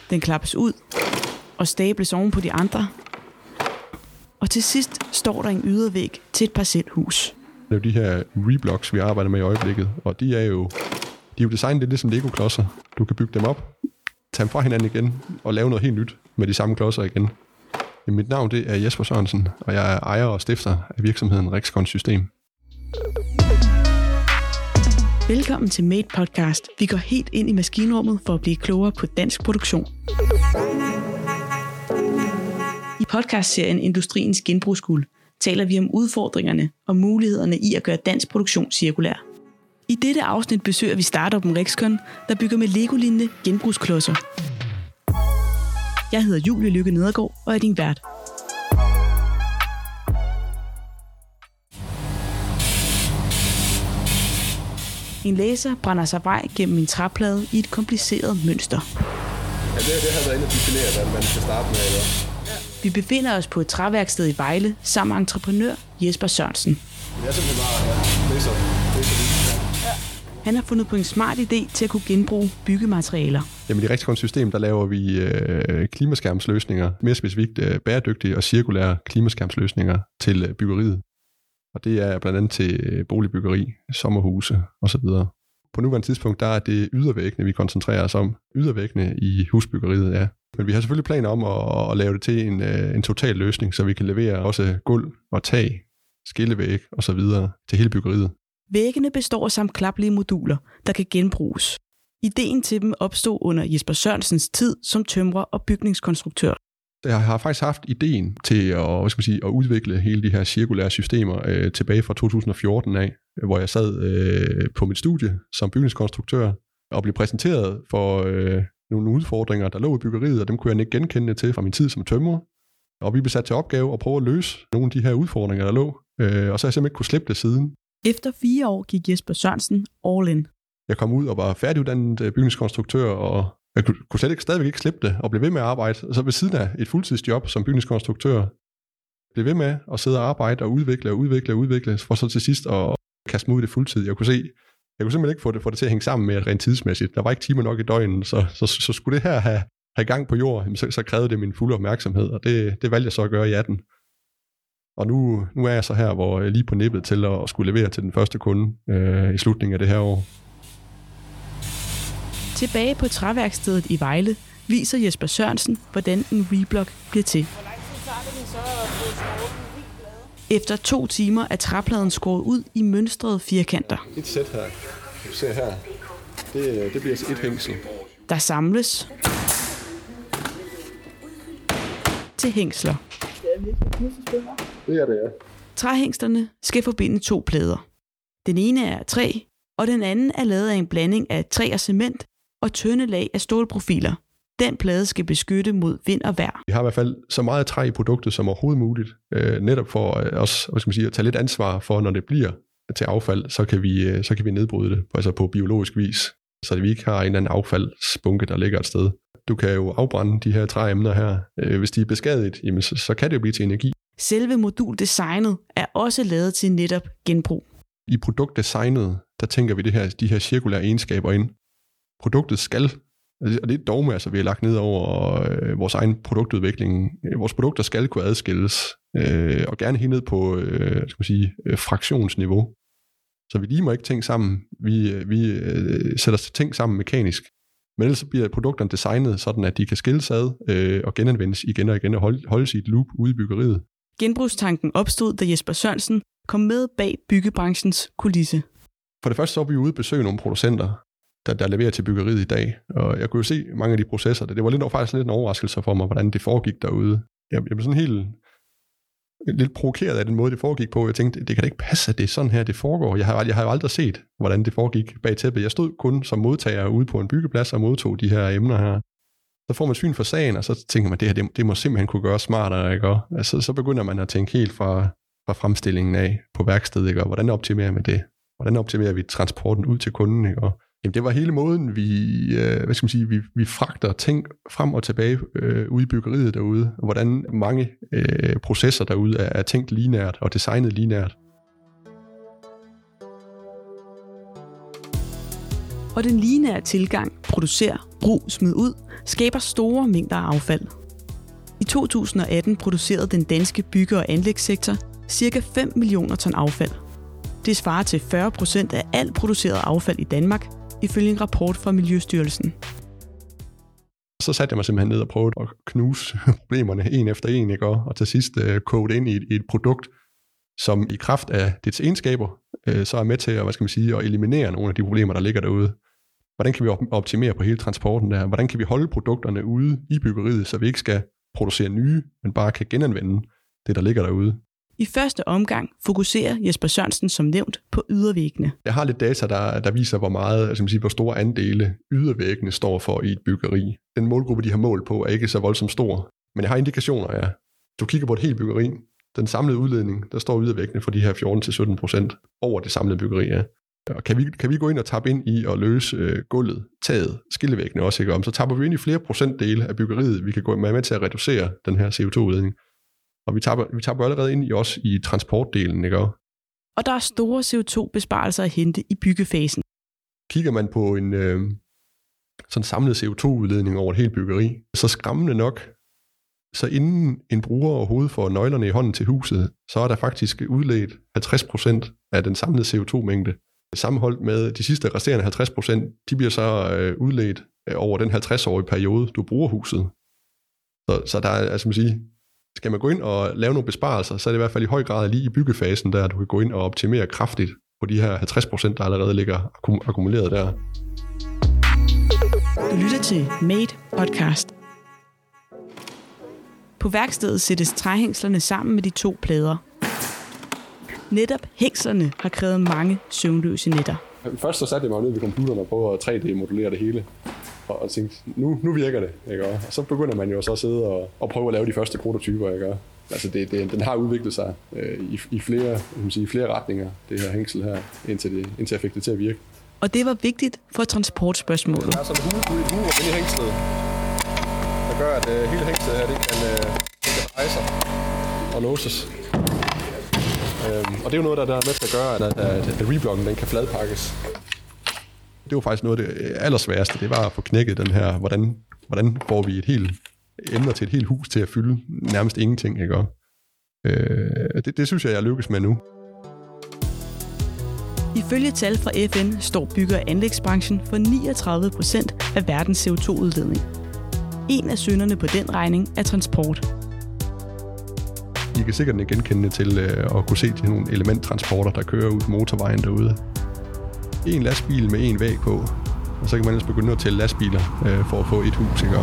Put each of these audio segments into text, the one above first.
den klappes ud og stables oven på de andre. Og til sidst står der en ydervæg til et parcelhus. Det er jo de her reblocks, vi arbejder med i øjeblikket, og de er jo designet lidt som Lego-klodser. Du kan bygge dem op, tage dem fra hinanden igen og lave noget helt nyt med de samme klodser igen. Mit navn det er Jesper Sørensen, og jeg er ejer og stifter af virksomheden Rexcon System. Velkommen til Made Podcast. Vi går helt ind i maskinrummet for at blive klogere på dansk produktion. I podcastserien Industriens Genbrugsguld taler vi om udfordringerne og mulighederne i at gøre dansk produktion cirkulær. I dette afsnit besøger vi startupen Rexcon, der bygger med Lego-lignende genbrugsklodser. Jeg hedder Julie Lykke Nedergaard og er din vært. En laser brænder sig vej gennem en træplade i et kompliceret mønster. Ja, det har været inde og definere, hvad man skal starte med. Eller? Vi befinder os på et træværksted i Vejle sammen med entreprenør Jesper Sørensen. Jeg er simpelthen bare læser. Han har fundet på en smart idé til at kunne genbruge byggematerialer. Jamen i Rexcon System, der laver vi klimaskærmsløsninger, mere specifikt bæredygtige og cirkulære klimaskærmsløsninger til byggeriet. Og det er blandt andet til boligbyggeri, sommerhuse osv. På nuværende tidspunkt, der er det ydervæggene, vi koncentrerer os om. Ydervæggene i husbyggeriet, ja. Men vi har selvfølgelig planer om at lave det til en total løsning, så vi kan levere også gulv og tag, skillevæg osv. til hele byggeriet. Væggene består af sammenklappelige moduler, der kan genbruges. Ideen til dem opstod under Jesper Sørensens tid som tømrer og bygningskonstruktør. Jeg har faktisk haft ideen til at udvikle hele de her cirkulære systemer tilbage fra 2014 af, hvor jeg sad på mit studie som bygningskonstruktør og blev præsenteret for nogle udfordringer, der lå i byggeriet, og dem kunne jeg ikke genkende til fra min tid som tømrer. Og vi blev sat til opgave at prøve at løse nogle af de her udfordringer, der lå, og så har jeg simpelthen ikke kunne slippe det siden. Efter 4 år gik Jesper Sørensen all in. Jeg kom ud og var færdiguddannet bygningskonstruktør, og jeg kunne stadigvæk ikke slippe det, og blev ved med at arbejde. Og så ved siden af et fuldtidsjob som bygningskonstruktør, blev ved med at sidde og arbejde og udvikle, for så til sidst at kaste mig ud i det fuldtid. Jeg kunne simpelthen ikke få det til at hænge sammen med rent tidsmæssigt. Der var ikke timer nok i døgnet, så skulle det her have gang på jord, så krævede det min fulde opmærksomhed, og det valgte jeg så at gøre i 18. Og nu er jeg så her, hvor jeg lige på nippet til at skulle levere til den første kunde i slutningen af det her år. Tilbage på træværkstedet i Vejle viser Jesper Sørensen, hvordan en reblock bliver til. Efter 2 timer er træpladen skåret ud i mønstrede firkanter. Et sæt her, du ser her, det bliver et hængsel. Der samles til hængsler. Det er det, ja. Træhængslerne skal forbinde 2 plader. Den ene er af træ, og den anden er lavet af en blanding af træ og cement og tynde lag af stålprofiler. Den plade skal beskytte mod vind og vejr. Vi har i hvert fald så meget træ i produktet som overhovedet muligt, netop for os at tage lidt ansvar for, når det bliver til affald, så kan vi nedbryde det altså på biologisk vis, så vi ikke har en eller anden affaldsbunke, der ligger et sted. Du kan jo afbrænde de her træemner her. Hvis de er beskadiget, jamen så kan det jo blive til energi. Selve moduldesignet er også lavet til netop genbrug. I produktdesignet, der tænker vi de her cirkulære egenskaber ind. Produktet skal, og det er et dogme, vi har lagt ned over vores egen produktudvikling. Vores produkter skal kunne adskilles, og gerne helt ned på fraktionsniveau. Så vi lige må ikke tænke sammen. Vi sætter ting sammen mekanisk. Men ellers bliver produkterne designet sådan, at de kan skilles ad og genanvendes igen og igen og holdes i et loop ude i byggeriet. Genbrugstanken opstod, da Jesper Sørensen kom med bag byggebranchens kulisse. For det første så vi ude at besøge nogle producenter, der leverer til byggeriet i dag. Og jeg kunne jo se mange af de processer. Det var faktisk lidt en overraskelse for mig, hvordan det foregik derude. Jeg blev sådan lidt provokeret af den måde, det foregik på. Jeg tænkte, det kan da ikke passe, at det er sådan her, det foregår. Jeg har jo aldrig set, hvordan det foregik bag tæppet. Jeg stod kun som modtager ude på en byggeplads og modtog de her emner her. Så får man syn for sagen, og så tænker man, det må simpelthen kunne gøre smartere, ikke? Altså, så begynder man at tænke helt fra fremstillingen af på værkstedet, ikke? Og hvordan optimerer man det? Hvordan optimerer vi transporten ud til kunden, ikke? Og jamen, det var hele måden, vi fragter ting frem og tilbage ude i byggeriet derude, og hvordan mange processer derude er tænkt linært og designet linært. og den lineære tilgang, producer, brug, smid ud, skaber store mængder af affald. I 2018 producerede den danske bygge- og anlægssektor ca. 5 millioner ton affald. Det svarer til 40% af alt produceret affald i Danmark, ifølge en rapport fra Miljøstyrelsen. Så satte jeg mig simpelthen ned og prøvede at knuse problemerne en efter en, ikke? Og til sidst koge det ind i et produkt, som i kraft af dets egenskaber, så er med til at eliminere nogle af de problemer, der ligger derude. Hvordan kan vi optimere på hele transporten der? Hvordan kan vi holde produkterne ude i byggeriet, så vi ikke skal producere nye, men bare kan genanvende det, der ligger derude? I første omgang fokuserer Jesper Sørensen som nævnt på ydervæggene. Jeg har lidt data, der viser, hvor store andele ydervæggene står for i et byggeri. Den målgruppe, de har målt på, er ikke så voldsomt stor. Men jeg har indikationer, ja. Du kigger på et helt byggeri. Den samlede udledning, der står ydervæggene for de her 14-17% over det samlede byggeri, ja. Og kan vi gå ind og tappe ind i og løse gulvet, taget, skillevæggene også, ikke om, så tapper vi ind i flere procentdele af byggeriet. Vi kan gå med til at reducere den her CO2-udledning. Og vi tapper allerede ind i også i transportdelen, ikke? Og der er store CO2-besparelser at hente i byggefasen. Kigger man på en sådan samlet CO2-udledning over et helt byggeri, så skræmmende nok, så inden en bruger overhovedet får nøglerne i hånden til huset, så er der faktisk udledt 50% af den samlede CO2-mængde. Sammenholdt med de sidste resterende 50%, de bliver så udledt over den 50-årige periode, du bruger huset. Så der er, skal man gå ind og lave nogle besparelser, så er det i hvert fald i høj grad lige i byggefasen, der du kan gå ind og optimere kraftigt på de her 50%, der allerede ligger akkumuleret der. Du lytter til Made Podcast. På værkstedet sættes træhængslerne sammen med de 2 plader. Netop hængslerne har krævet mange søvnløse nætter. Først så satte jeg mig ned ved computeren og prøvede at 3D-modellere det hele. Og tænkte, nu virker det, ikke? Og så begynder man jo så at sidde og prøve at lave de første prototyper, ikke? Altså den har udviklet sig i flere retninger, det her hængsel her, indtil jeg fik det til at virke. Og det var vigtigt for transportspørgsmålet. Der er sådan et hue inde i hængslet, der gør, at hele hængslet her, det kan dreje sig og låses. Og det er jo noget, der er med til at gøre, at reblokken den kan fladpakkes. Det var faktisk noget af det allersværeste, det var at få knækket den her, hvordan får vi et helt emner til et helt hus til at fylde nærmest ingenting, ikke? Det synes jeg lykkes med nu. Ifølge tal fra FN står bygge- og anlægsbranchen for 39% af verdens CO2-udledning. En af synderne på den regning er transport. I kan sikkert genkende til at kunne se de nogle elementtransporter, der kører ud på motorvejen derude. En lastbil med en væg på, og så kan man ellers begynde at tælle lastbiler for at få et hus, ikke?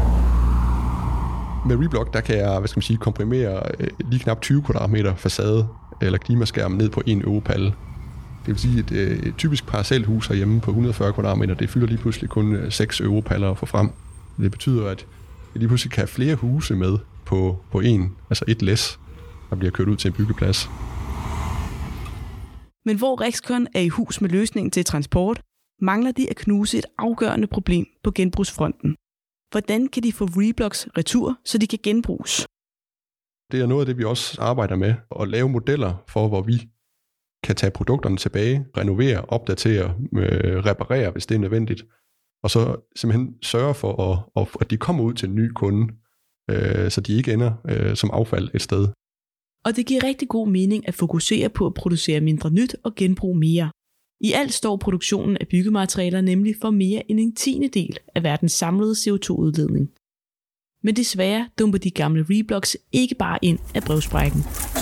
Med Reblock, der kan jeg, komprimere lige knap 20 kvadratmeter facade eller klimaskærm ned på en europalle. Det vil sige, at et typisk parcelhus herhjemme på 140 kvadratmeter, det fylder lige pludselig kun 6 europaller at få frem. Det betyder, at jeg lige pludselig kan have flere huse med på altså et læs, der bliver kørt ud til en byggeplads. Men hvor Rexcon er i hus med løsningen til transport, mangler de at knuse et afgørende problem på genbrugsfronten. Hvordan kan de få Reblocks retur, så de kan genbruges? Det er noget af det, vi også arbejder med, at lave modeller for, hvor vi kan tage produkterne tilbage, renovere, opdatere, reparere, hvis det er nødvendigt, og så simpelthen sørge for, at de kommer ud til en ny kunde, så de ikke ender som affald et sted. Og det giver rigtig god mening at fokusere på at producere mindre nyt og genbruge mere. I alt står produktionen af byggematerialer nemlig for mere end 1/10 af verdens samlede CO2-udledning. Men desværre dumper de gamle Reblocks ikke bare ind af brevsprækken.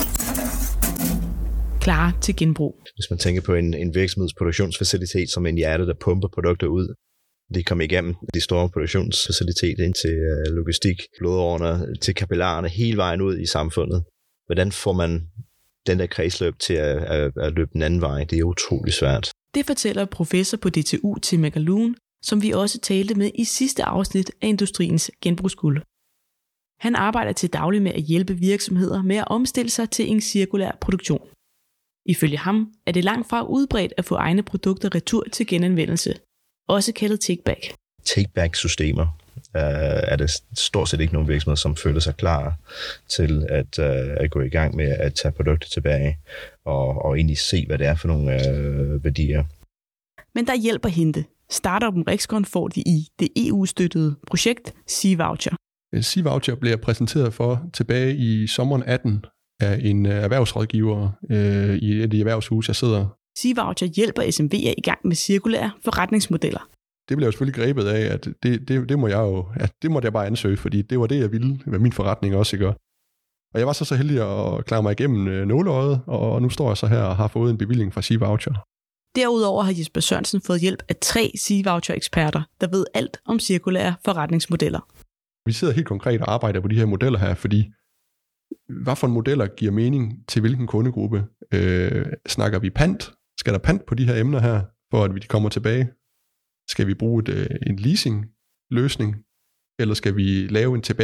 Klar til genbrug. Hvis man tænker på en virksomhedsproduktionsfacilitet som en hjerte, der pumper produkter ud, de kommer igennem de store produktionsfaciliteter ind til logistik, blodårene, til kapillarerne, hele vejen ud i samfundet. Hvordan får man den der kredsløb til at løbe den anden vej? Det er utrolig svært. Det fortæller professor på DTU Tim McAloon, som vi også talte med i sidste afsnit af Industriens Genbrugsguld. Han arbejder til daglig med at hjælpe virksomheder med at omstille sig til en cirkulær produktion. Ifølge ham er det langt fra udbredt at få egne produkter retur til genanvendelse, også kaldet take-back. Take-back-systemer er det stort set ikke nogen virksomheder, som føler sig klar til at gå i gang med at tage produkter tilbage og egentlig se, hvad det er for nogle værdier. Men der hjælper hente. Startupen Rexcon får de i det EU-støttede projekt C-Voucher. C-Voucher bliver præsenteret for tilbage i sommeren 18 af en erhvervsrådgiver i et af de erhvervshuse, jeg sidder. C-Voucher hjælper SMV'er i gang med cirkulære forretningsmodeller. Det blev jeg selvfølgelig grebet af, at det måtte jeg bare ansøge, fordi det var det, jeg ville med min forretning også, ikke? Og jeg var så heldig at klare mig igennem nåleøjet, og nu står jeg så her og har fået en bevilling fra C-Voucher. Derudover har Jesper Sørensen fået hjælp af 3 C-Voucher-eksperter, der ved alt om cirkulære forretningsmodeller. Vi sidder helt konkret og arbejder på de her modeller her, fordi hvad for modeller giver mening til hvilken kundegruppe? Snakker vi pant? Skal der pant på de her emner her, for at vi kommer tilbage? Skal vi bruge en leasing-løsning? Eller skal vi lave en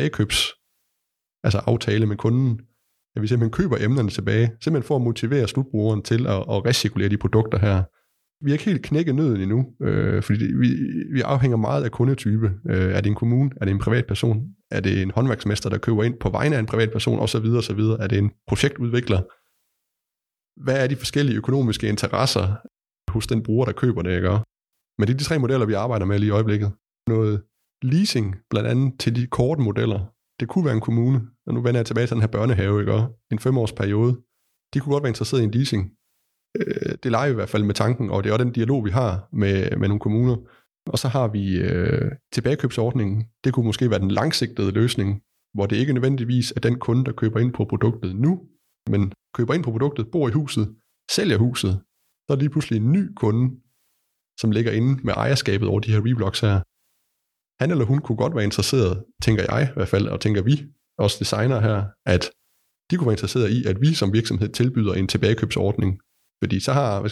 aftale med kunden, at vi simpelthen køber emnerne tilbage, simpelthen for at motivere slutbrugeren til at recirkulere de produkter her. Vi har ikke helt knækket nøden endnu, fordi vi afhænger meget af kundetype. Er det en kommune? Er det en privatperson? Er det en håndværksmester, der køber ind på vegne af en privatperson? Og så videre, så videre. Er det en projektudvikler? Hvad er de forskellige økonomiske interesser hos den bruger, der køber det, ikke? Men det er de 3 modeller, vi arbejder med lige i øjeblikket. Noget leasing, blandt andet til de korte modeller. Det kunne være en kommune, og nu vender jeg tilbage til den her børnehave, ikke? En 5-års periode. De kunne godt være interesseret i en leasing. Det leger i hvert fald med tanken, og det er også den dialog, vi har med nogle kommuner. Og så har vi tilbagekøbsordningen. Det kunne måske være den langsigtede løsning, hvor det ikke nødvendigvis er den kunde, der køber ind på produktet nu, men køber ind på produktet, bor i huset, sælger huset. Så er det lige pludselig en ny kunde, som ligger inde med ejerskabet over de her reblocks her. Han eller hun kunne godt være interesseret, tænker jeg i hvert fald, og tænker vi, også designer her, at de kunne være interesseret i, at vi som virksomhed tilbyder en tilbagekøbsordning. Fordi så har,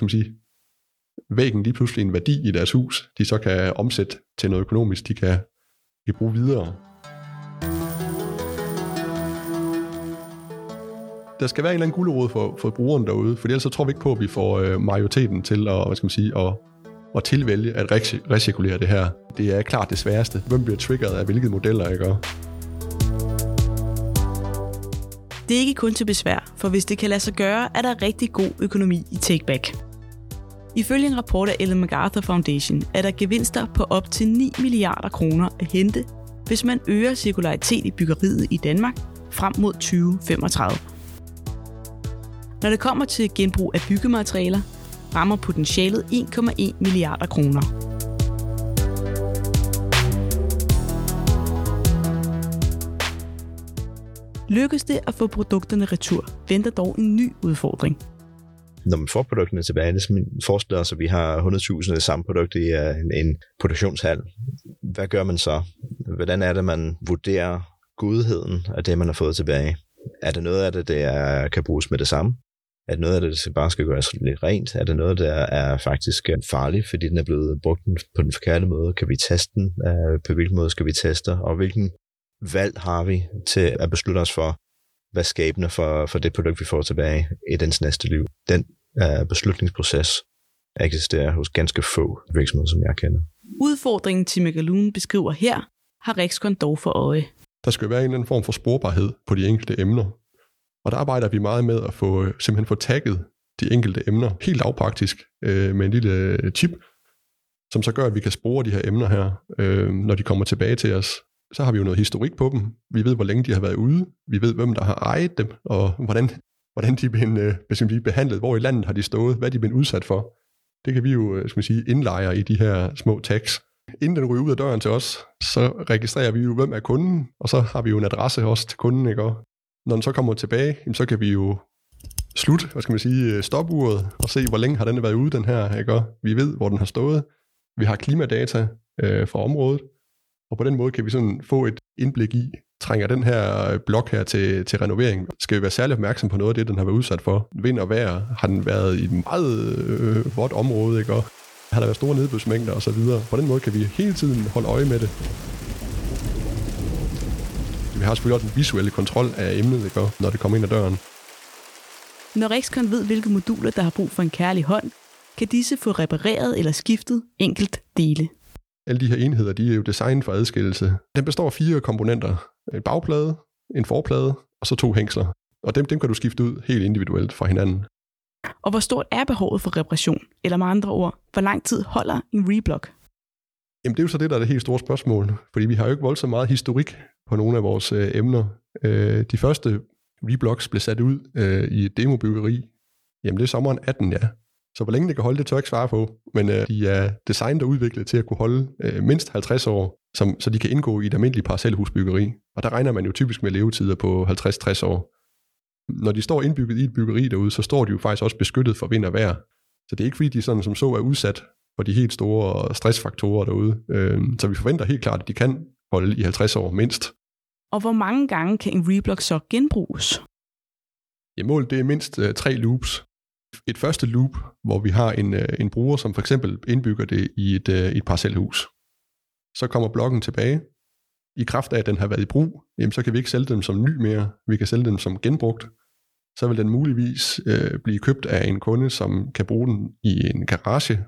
væggen lige pludselig en værdi i deres hus, de så kan omsætte til noget økonomisk, de kan bruge videre. Der skal være en eller anden gulerod for brugeren derude, for ellers så tror vi ikke på, at vi får majoriteten til at tilvælge at recirkulere det her. Det er klart det sværeste. Hvem bliver triggeret af hvilke modeller, ikke? Det er ikke kun til besvær, for hvis det kan lade sig gøre, er der rigtig god økonomi i Takeback. Ifølge en rapport af Ellen MacArthur Foundation er der gevinster på op til 9 milliarder kroner at hente, hvis man øger cirkularitet i byggeriet i Danmark frem mod 2035. Når det kommer til genbrug af byggematerialer, rammer potentialet 1,1 milliarder kroner. Lykkes det at få produkterne retur, venter dog en ny udfordring. Når man får produkterne tilbage, det skal man forestille os, at vi har 100.000 af samme produkt i en produktionshal. Hvad gør man så? Hvordan er det, man vurderer godheden af det, man har fået tilbage? Er det noget af det, der kan bruges med det samme? Er det noget af det, der bare skal gøres lidt rent? Er det noget, der er faktisk farligt, fordi den er blevet brugt på den forkerte måde? Kan vi teste den? På hvilken måde skal vi teste? Og hvilken valg har vi til at beslutte os for, hvad skabende for det produkt, vi får tilbage i dens næste liv? Den beslutningsproces eksisterer hos ganske få virksomheder, som jeg kender. Udfordringen Tim Megalun beskriver her, har Rexcon dog for øje. Der skal være en eller anden form for sporbarhed på de enkelte emner. Og der arbejder vi meget med at simpelthen få tagget de enkelte emner helt lavpraktisk med en lille chip, som så gør, at vi kan spore de her emner her, når de kommer tilbage til os. Så har vi jo noget historik på dem. Vi ved, hvor længe de har været ude. Vi ved, hvem der har ejet dem, og hvordan de er blevet behandlet, hvor i landet har de stået, hvad de er blevet udsat for. Det kan vi jo indlejre i de her små tags. Inden den ryger ud af døren til os, så registrerer vi jo, hvem er kunden, og så har vi jo en adresse også til kunden, ikke? Når den så kommer tilbage, så kan vi jo stopuret og se, hvor længe har den været ude, den her, ikke? Vi ved, hvor den har stået. Vi har klimadata fra området, og på den måde kan vi sådan få et indblik i, trænger den her blok her til renovering. Skal vi være særlig opmærksom på noget af det, den har været udsat for? Vind og vejr, har den været i et meget vådt område, ikke? Har der været store nedbørsmængder og så videre. På den måde kan vi hele tiden holde øje med det. Vi har selvfølgelig også en visuel kontrol af emnet, ikke? Når det kommer ind ad døren. Når Rexcon ved, hvilke moduler, der har brug for en kærlig hånd, kan disse få repareret eller skiftet enkelt dele. Alle de her enheder, de er jo designet for adskillelse. Den består af 4 komponenter. En bagplade, en forplade og så 2 hængsler. Og dem kan du skifte ud helt individuelt fra hinanden. Og hvor stort er behovet for reparation? Eller med andre ord, hvor lang tid holder en reblock? Jamen det er jo så det, der er det helt store spørgsmål, fordi vi har jo ikke voldsomt meget historik på nogle af vores emner. De første reblocks blev sat ud i et demobyggeri. Jamen det er sommeren 18, ja. Så hvor længe det kan holde, det tør jeg ikke svare på. Men de er designet og udviklet til at kunne holde mindst 50 år, så de kan indgå i et almindeligt parcelhusbyggeri. Og der regner man jo typisk med levetider på 50-60 år. Når de står indbygget i et byggeri derude, så står de jo faktisk også beskyttet for vind og vejr. Så det er ikke fordi, de sådan som så er udsat for de helt store stressfaktorer derude. Så vi forventer helt klart, at de kan holde i 50 år mindst. Og hvor mange gange kan en reblock så genbruges? Ja, målet det er mindst 3 loops. Et første loop, hvor vi har en bruger, som for eksempel indbygger det i et parcelhus. Så kommer blokken tilbage. I kraft af, at den har været i brug, jamen, så kan vi ikke sælge dem som ny mere. Vi kan sælge dem som genbrugt. Så vil den muligvis blive købt af en kunde, som kan bruge den i en garage,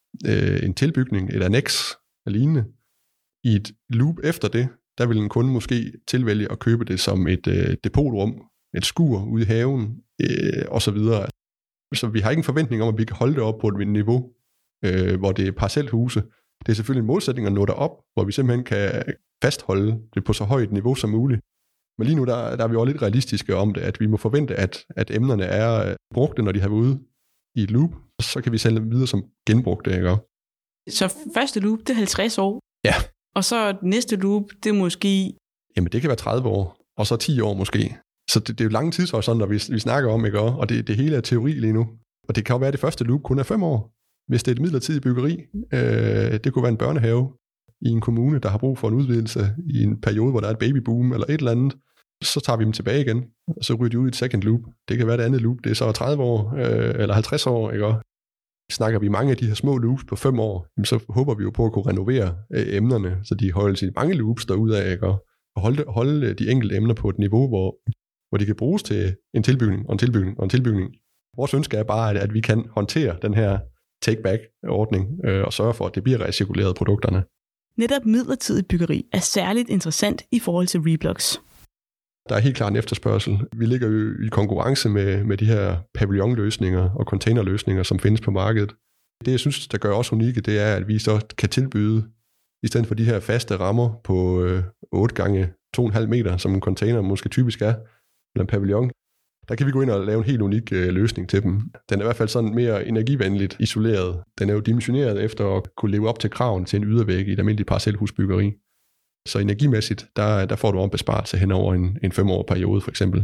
en tilbygning, et anneks og lignende. I et loop efter det, der vil en kunde måske tilvælge at købe det som et depotrum, et skur ude i haven osv. Så vi har ikke en forventning om, at vi kan holde det op på et niveau, hvor det er parcelhuse. Det er selvfølgelig en målsætning at nå derop, hvor vi simpelthen kan fastholde det på så højt niveau som muligt. Men lige nu der er vi også lidt realistiske om det, at vi må forvente, at emnerne er brugte, når de har været ude i et loop. Så kan vi sælge dem videre som genbrugte, ikke? Så første loop, det er 50 år? Ja. Og så næste loop, det er måske... Jamen det kan være 30 år, og så 10 år måske. Så det er jo lange tidshorisonter, vi snakker om, ikke? Og det hele er teori lige nu. Og det kan jo være, at det første loop kun er 5 år, hvis det er et midlertidigt byggeri. Det kunne være en børnehave i en kommune, der har brug for en udvidelse i en periode, hvor der er et babyboom eller et eller andet. Så tager vi dem tilbage igen, og så ryger de ud i et second loop. Det kan være det andet loop, det er så 30 år eller 50 år, ikke? Snakker vi mange af de her små loops på 5 år, så håber vi jo på at kunne renovere emnerne, så de holdes i mange loops derudad, ikke? Og holde de enkelte emner på et niveau, hvor de kan bruges til en tilbygning og en tilbygning og en tilbygning. Vores ønske er bare, at vi kan håndtere den her take-back-ordning og sørge for, at det bliver recirkuleret produkterne. Netop midlertidigt byggeri er særligt interessant i forhold til reblocks. Der er helt klart en efterspørgsel. Vi ligger jo i konkurrence med de her pavillonløsninger og containerløsninger, som findes på markedet. Det, jeg synes, der gør os unikke, det er, at vi så kan tilbyde, i stedet for de her faste rammer på 8 gange 2,5 meter, som en container måske typisk er, eller en pavillon, der kan vi gå ind og lave en helt unik løsning til dem. Den er i hvert fald sådan mere energivenligt isoleret. Den er jo dimensioneret efter at kunne leve op til kraven til en ydervæg i et almindeligt parcelhusbyggeri. Så energimæssigt, der får du en besparelse hen over en 5-årig periode for eksempel.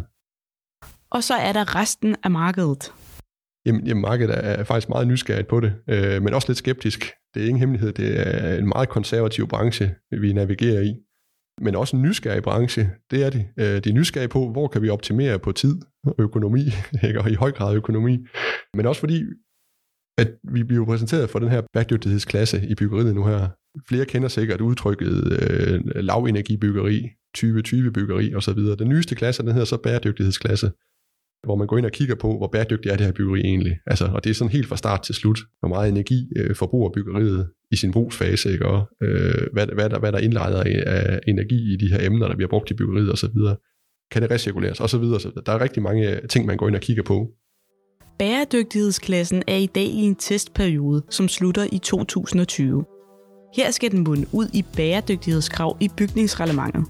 Og så er der resten af markedet. Jamen markedet er faktisk meget nysgerrigt på det, men også lidt skeptisk. Det er ingen hemmelighed, det er en meget konservativ branche, vi navigerer i. Men også en nysgerrig branche, det er de. De er nysgerrige på, hvor kan vi optimere på tid og økonomi, ikke? Og i høj grad økonomi. Men også fordi, at vi bliver præsenteret for den her bæredygtighedsklasse i byggeriet nu her. Flere kender sikkert udtrykket lavenergibyggeri, 2020-byggeri osv. Den nyeste klasse, den hedder så bæredygtighedsklasse, hvor man går ind og kigger på, hvor bæredygtigt er det her byggeri egentlig. Altså, og det er sådan helt fra start til slut, hvor meget energi forbruger byggeriet i sin brugsfase, ikke? Og hvad der indlejder af energi i de her emner, der bliver brugt i byggeriet osv. Kan det recirkuleres osv. Der er rigtig mange ting, man går ind og kigger på. Bæredygtighedsklassen er i dag i en testperiode, som slutter i 2020. Her skal den munde ud i bæredygtighedskrav i bygningsreglementet.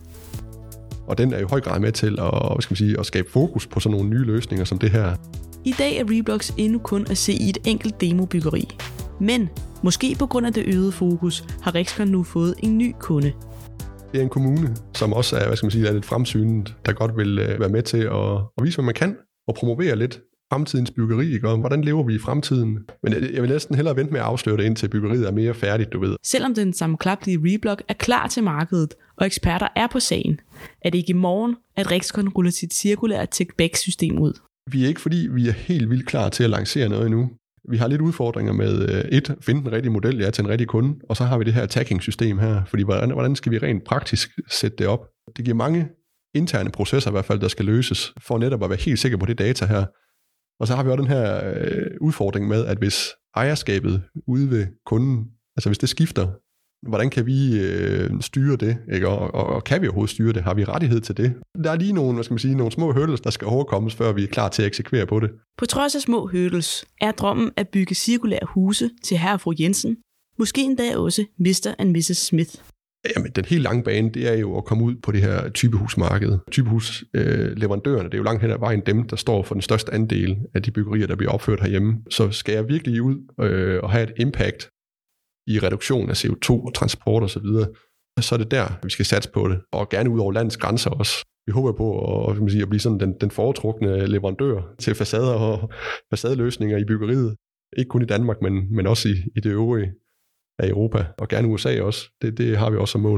Og den er i høj grad med til at skabe fokus på sådan nogle nye løsninger som det her. I dag er reblocks endnu kun at se i et enkelt demobyggeri. Men måske på grund af det øgede fokus, har Rexcon nu fået en ny kunde. Det er en kommune, som også er, er lidt fremsynet, der godt vil være med til at vise, hvad man kan, og promovere lidt fremtidens byggeri, ikke? Og hvordan lever vi i fremtiden? Men jeg vil næsten hellere vente med at afsløre det, indtil byggeriet er mere færdigt, du ved. Selvom den sammenklappelige reblock er klar til markedet, og eksperter er på sagen, er det ikke i morgen, at Rexcon ruller sit cirkulære take-back-system ud. Vi er ikke, fordi vi er helt vildt klar til at lancere noget endnu. Vi har lidt udfordringer med at finde den rigtige model til en rigtig kunde, og så har vi det her tagging-system her, fordi hvordan skal vi rent praktisk sætte det op? Det giver mange interne processer i hvert fald, der skal løses, for netop at være helt sikker på det data her. Og så har vi også den her udfordring med, at hvis ejerskabet ude ved kunden, altså hvis det skifter, hvordan kan vi styre det, ikke? Og kan vi overhovedet styre det? Har vi rettighed til det? Der er lige nogle små hurdles, der skal overkommes, før vi er klar til at eksekvere på det. På trods af små hurdles er drømmen at bygge cirkulære huse til herre og fru Jensen Måske endda også Mr. and Mrs. Smith. Jamen, den helt lange bane, det er jo at komme ud på det her typehusmarked. Typehusleverandørerne, det er jo langt hen ad vejen dem, der står for den største andel af de byggerier, der bliver opført herhjemme. Så skal jeg virkelig ud og have et impact i reduktion af CO2 og transport osv., så er det der, vi skal satse på det. Og gerne ud over landets grænser også. Vi håber på at blive sådan den foretrukne leverandør til facader og facadeløsninger i byggeriet. Ikke kun i Danmark, men også i det øvrige af Europa, og gerne USA også. Det har vi også som mål.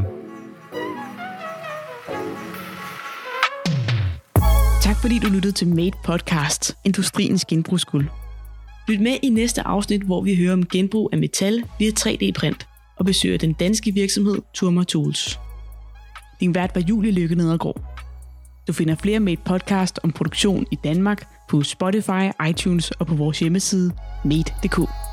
Tak fordi du lyttede til Made Podcast, Industriens Genbrugsguld. Lyt med i næste afsnit, hvor vi hører om genbrug af metal via 3D-print og besøger den danske virksomhed Turma Tools. Din vært var Julie Lykke Nedergaard. Du finder flere Made Podcast om produktion i Danmark på Spotify, iTunes og på vores hjemmeside made.dk.